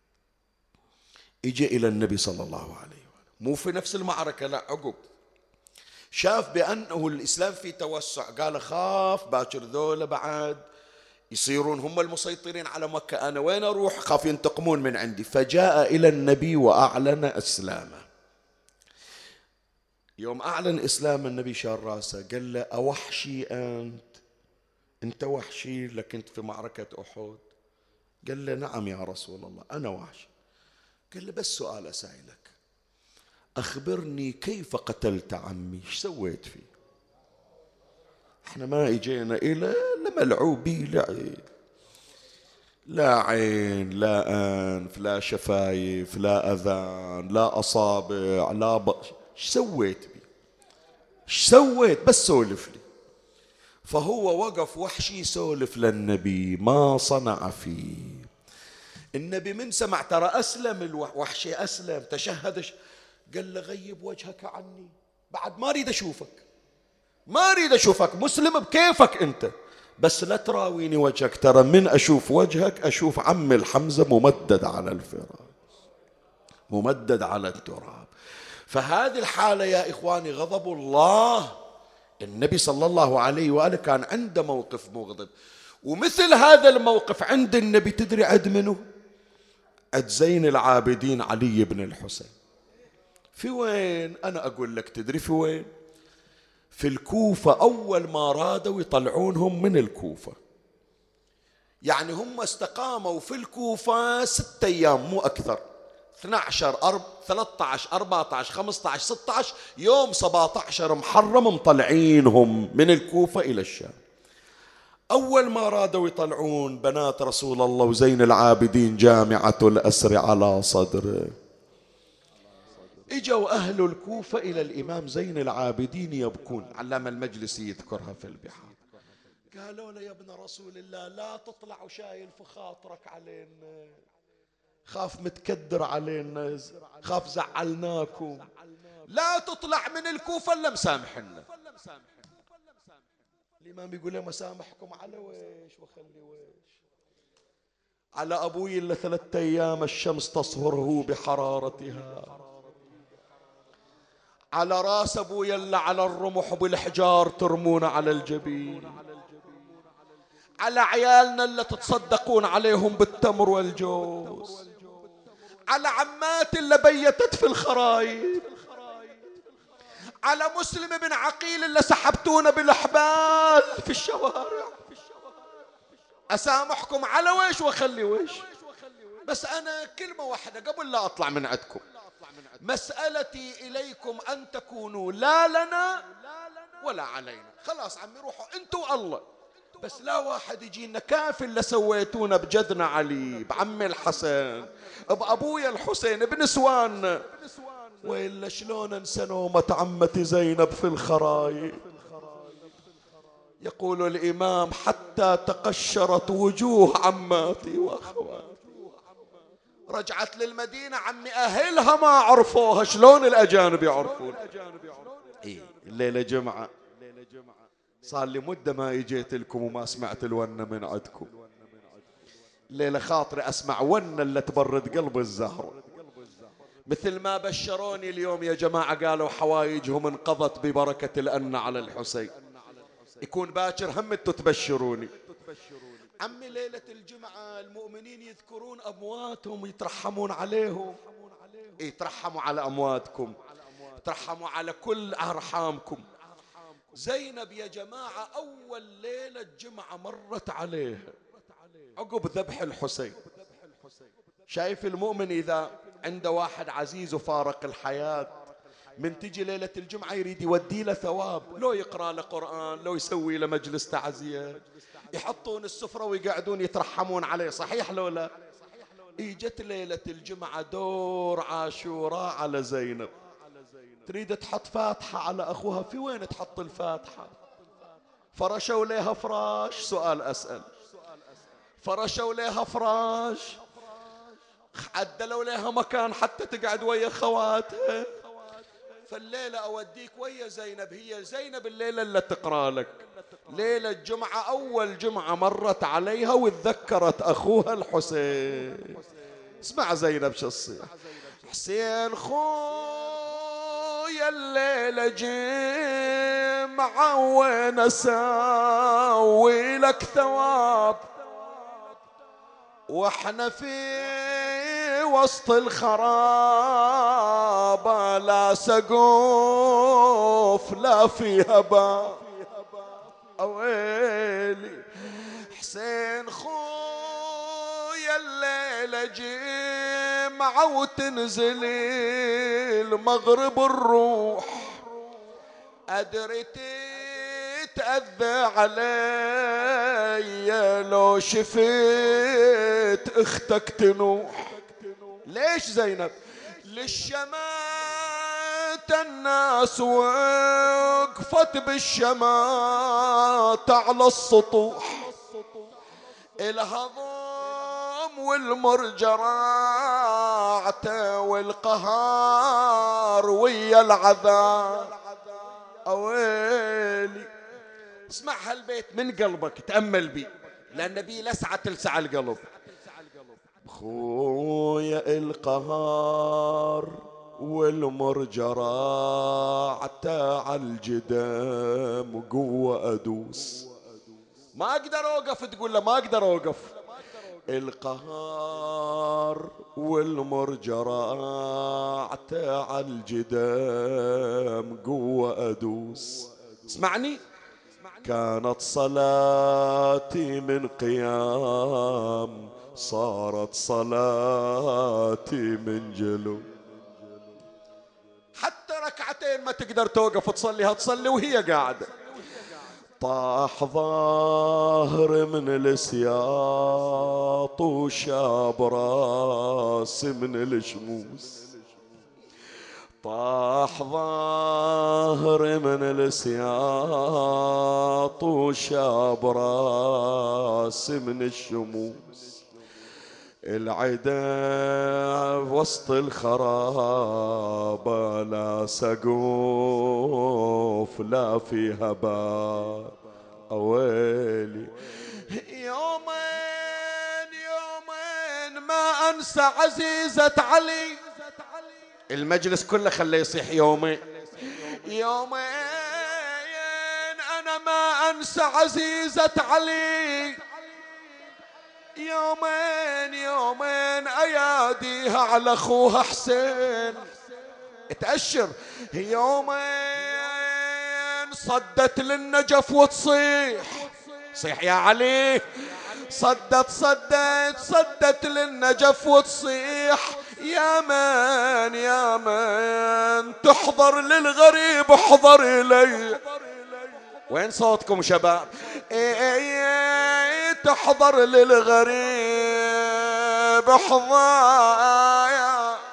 اجى إلى النبي صلى الله عليه وسلم، مو في نفس المعركة، لا عقب شاف بأنه الإسلام في توسع، قال خاف باكر ذولا بعد يصيرون هم المسيطرين على مكة، أنا وين أروح؟ خاف ينتقمون من عندي. فجاء إلى النبي وأعلن إسلامه. يوم أعلن إسلام النبي شار راسه، قال له أوحشي أنت؟ أنت وحشي لك كنت في معركة أحد؟ قال له نعم يا رسول الله أنا وحشي. قال له بس سؤال أسألك، أخبرني كيف قتلت عمي؟ ايش سويت فيه؟ احنا ما اجينا إلى لملعوبي، لا لا عين لا أنف لا شفايف لا أذان لا أصابع لا ب... ايش سويت بيه؟ ايش سويت؟ بس سولف لي. فهو وقف وحشي يسولف للنبي ما صنع فيه. النبي من سمع ترى أسلم الوحشي، أسلم تشهد، قال له غيب وجهك عني، بعد ما أريد أشوفك، ما أريد أشوفك، مسلم بكيفك أنت، بس لا تراويني وجهك، ترى من أشوف وجهك أشوف عم الحمزة ممدد على الفراش، ممدد على التراب. فهذه الحالة يا إخواني غضب الله. النبي صلى الله عليه وآله كان عنده موقف مغضب، ومثل هذا الموقف عند النبي تدري عد منه؟ عد زين العابدين علي بن الحسين. في وين؟ أنا أقول لك تدري في وين؟ في الكوفة. أول ما رادوا يطلعونهم من الكوفة، يعني هم استقاموا في الكوفة ستة أيام مو أكثر، اثني عشر أرب ثلاثة عشر أربعة عشر خمسة عشر ستة عشر يوم، سبعة عشر محرم مطلعينهم من الكوفة إلى الشام. أول ما رادوا يطلعون بنات رسول الله وزين العابدين جامعة الأسر على صدره، اجوا أهل الكوفة إلى الإمام زين العابدين يبكون، علامة المجلسي يذكرها في البحار، قالوا له يا ابن رسول الله لا تطلع وشايل في خاطرك علينا، خاف متكدر علينا، خاف زعلناكم، لا تطلع من الكوفة إلا مسامحنا. الإمام يقول له مسامحكم على ويش وخلي ويش؟ على أبوي إلا ثلاثة أيام الشمس تصهره بحرارتها، على راس أبوي إلا على الرمح بالحجار ترمون على الجبين، على عيالنا اللي تتصدقون عليهم بالتمر والجوز، على عمات اللي بيتت في الخرايب، على مسلم بن عقيل اللي سحبتونا بالأحبال في الشوارع. أسامحكم على ويش وخلي ويش؟ بس أنا كلمة واحدة قبل لا أطلع من عندكم، مسألتي إليكم أن تكونوا لا لنا ولا علينا. خلاص عمي روحوا أنتوا الله، بس لا واحد يجينا كيف اللي سويتونا بجدنا علي، بعمي الحسن، بأبويا الحسين، بنسواننا، وإلا شلون انسى نومة عمتي زينب في الخرايب. يقول الإمام حتى تقشرت وجوه عماتي وأخواتي. رجعت للمدينة عمي أهلها ما عرفوها، شلون الأجانب يعرفون؟ إيه الليلة جمعة، صار لي مدة ما اجيت لكم وما سمعت الونة من عندكم. الليلة خاطري أسمع ونة اللي تبرد قلب الزهر، مثل ما بشروني اليوم يا جماعة، قالوا حوايجهم انقضت ببركة الأن على الحسين. يكون باكر هم انتوا تبشروني. عمي ليلة الجمعة المؤمنين يذكرون أمواتهم ويترحمون عليهم. يترحموا على أمواتكم، يترحموا على كل أرحامكم. زينب يا جماعة أول ليلة جمعة مرت عليها عقب ذبح الحسين. شايف المؤمن إذا عنده واحد عزيز وفارق الحياة، من تجي ليلة الجمعة يريد يودي له ثواب، لو يقرأ له قرآن، لو يسوي له مجلس تعزية، يحطون السفرة ويقعدون يترحمون عليه، صحيح لو لا؟ اجت ليلة الجمعة دور عاشوراء على زينب، تريد تحط فاتحة على أخوها، في وين تحط الفاتحة؟ فرشوا لها فراش، سؤال أسأل، فرشوا لها فراش، عدلوا لها مكان حتى تقعد ويا خواتها. فالليلة أوديك ويا زينب، هي زينب الليلة اللي تقرأ لك ليلة الجمعة، أول جمعة مرت عليها وتذكرت أخوها الحسين. اسمع زينب شو الصيح: حسين خويا الليلة جمعة وين أسوي لك ثواب، واحنا في وسط الخرابة لا سقوف لا فيها باب. أويلي حسين خويا الليلة جمعة وتنزل المغرب الروح، أدري تتأذى علي لو شفت اختك تنوح. ليش زينب؟ للشمات الناس وقفت بالشمات على السطوح، الهضم والمرجرات والقهار ويا العذاب. أويلي اسمع هالبيت من قلبك، تأمل بي، لأن بي لسعة تلسع القلب. خويا القهار والمرجرات على الجدام قوة أدوس، ما أقدر أوقف، تقول له ما أقدر أوقف. القهار والمرجرات على الجدام قوة أدوس. اسمعني، كانت صلاتي من قيام صارت صلاتي من جلوس، حتى ركعتين ما تقدر توقف تصليها، تصلي وهي قاعدة. طاح ظاهر من السياط وشاب راس من الشموس، طاح ظاهر من السياط وشاب راس من الشموس، العدا وسط الخرابة لا سقوف لا فيها باب. أويلي يومين يومين ما أنسى عزيزة علي، المجلس كله خليه يصيح يومين يومين أنا ما أنسى عزيزة علي، يومين يومين أياديها على أخوها حسين تأشر، يومين صدت للنجف وتصيح، صيح يا علي، صدت صدت صدت للنجف وتصيح، يا من يا من تحضر للغريب احضر إلي، وين صوتكم شباب؟ إيه تحضر للغريب حضايا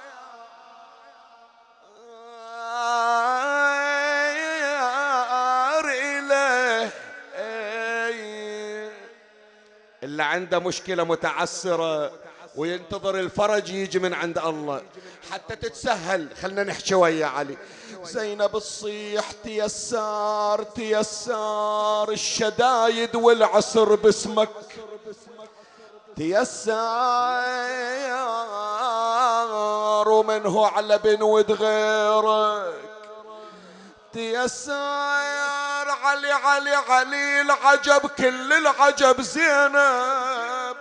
إليه. اللي عنده مشكلة متعسرة وينتظر الفرج يجي من عند الله حتى تتسهل. خلنا نحكي ويا علي. زينب تصيح تيسار تيسار الشدايد والعسر باسمك تيسار ومنه على بنود غيرك تيسار. علي علي علي العجب كل العجب زينب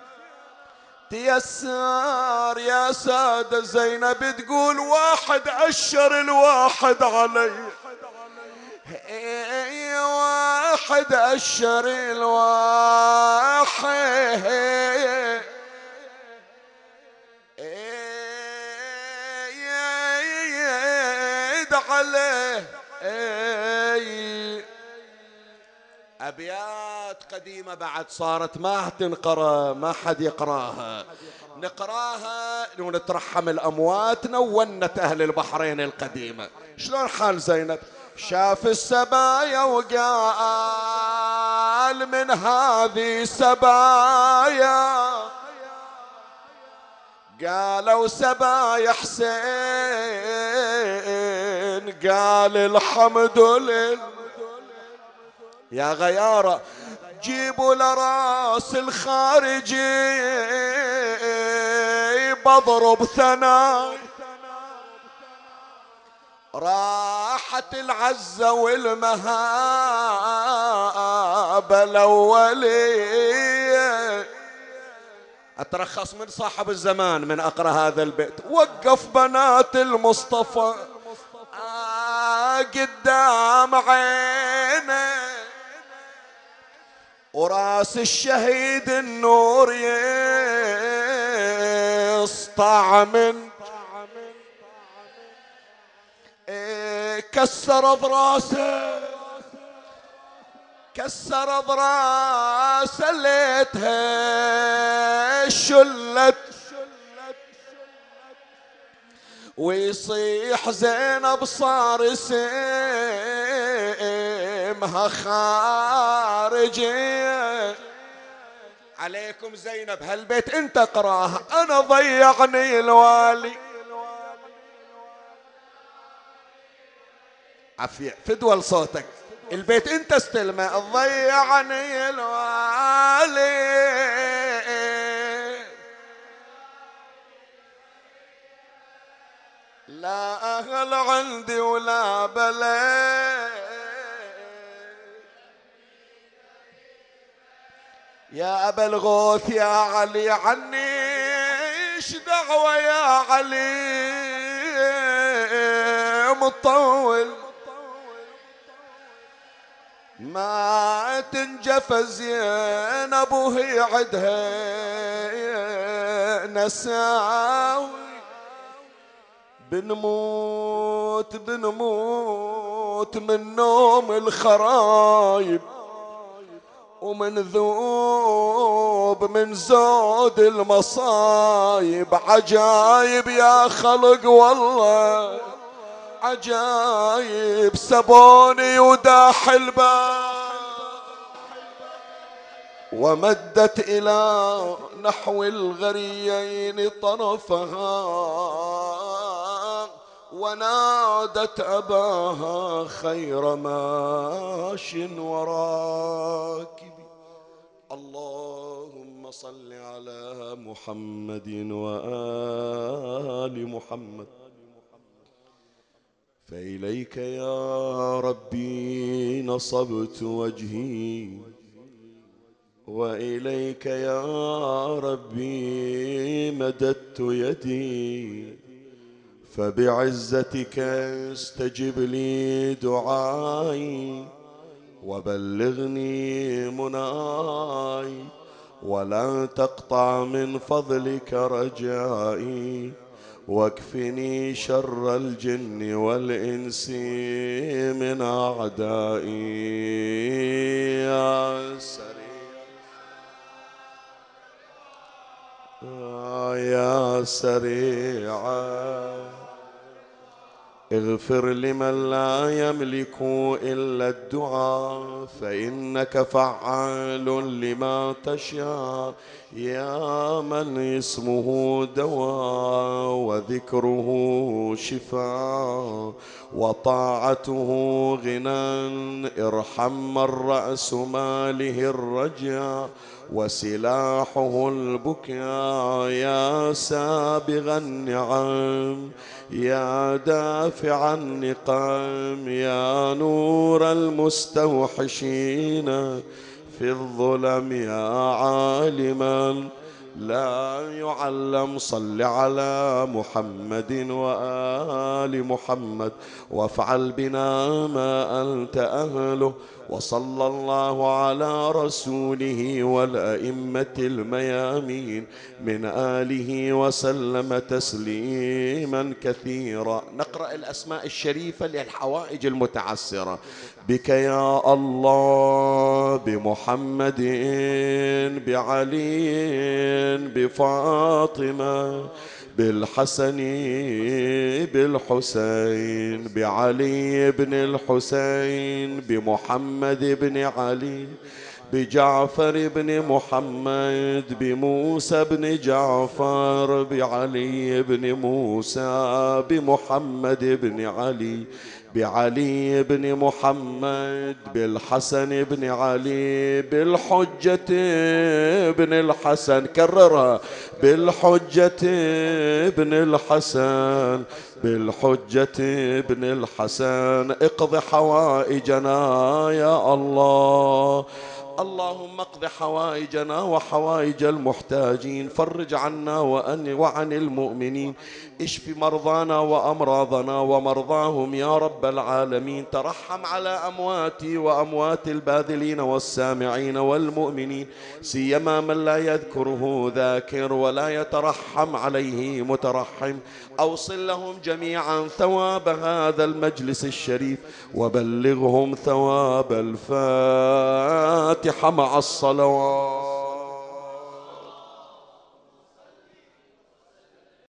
تيسار يا سادة. زينب تقول واحد أشر الواحد علي واحد أشر الواحد عليه. أبيات قديمة بعد صارت ما تنقرأ ما حد يقراها نقراها ونترحم الأموات. نونت أهل البحرين القديمة. شلون حال زينب؟ شاف السبايا وقال من هذه سبايا قالوا سبايا حسين قال الحمد لله. يا غيارة جيبوا لراس الخارجي بضرب ثناء. راحت العزة والمهابة الأولية. أترخص من صاحب الزمان من أقرأ هذا البيت. وقف بنات المصطفى قدام عينه وراس الشهيد النور يسطع من كسر ضراسه كسر ضراسه ليتها شلت ويصيح زينب صار سيمها خارجية. عليكم زينب هالبيت انت قراها. انا ضيعني الوالي عفية فدوى صوتك. البيت انت استلمه. ضيعني الوالي لا أهل عندي ولا بلد. يا أبا الغوث يا علي عني إيش دعوة يا علي مطول ما تنجف زينب وهي عدها نساوي. بنموت بنموت من نوم الخرايب ومن ذوب من زود المصايب. عجايب يا خلق والله عجايب. سبوني وداح الباب ومدت إلى نحو الغريين طرفها ونادت أباها خير ماش وراكب. اللهم صل على محمد وآل محمد. فإليك يا ربي نصبت وجهي وإليك يا ربي مددت يدي. فبعزتك استجب لي دعائي وبلغني مناي ولا تقطع من فضلك رجائي واكفني شر الجن والإنس من أعدائي يا سريع يا سريعا اغفر لمن لا يملك إلا الدعاء فإنك فعال لما تشاء يا من اسمه دواء وذكره شفاء وطاعته غنى ارحم من رأس ماله الرجاء وسلاحه البكاء يا سابغ النعم يا دافع النقام يا نور المستوحشين في الظلم يا عالما لا يعلم صل على محمد وآل محمد وافعل بنا ما أنت أهله وصلى الله على رسوله والأئمة الميامين من آله وسلم تسليما كثيرا. نقرأ الأسماء الشريفة للحوائج المتعسرة. بك يا الله بمحمد بعلي بفاطمة بالحسن بالحسين بعلي بن الحسين بمحمد بن علي بجعفر بن محمد بموسى بن جعفر بعلي بن موسى بمحمد بن علي بعلي بن محمد بالحسن بن علي بالحجة بن الحسن كررها بالحجة بن الحسن بالحجة بن الحسن اقض حوائجنا يا الله. اللهم اقض حوائجنا وحوائج المحتاجين فرج عنا وعن المؤمنين اشف مرضانا وأمراضنا ومرضاهم يا رب العالمين. ترحم على أمواتي وأموات الباذلين والسامعين والمؤمنين سيما من لا يذكره ذاكر ولا يترحم عليه مترحم. أوصل لهم جميعا ثواب هذا المجلس الشريف وبلغهم ثواب الفاتحة مع الصلوات.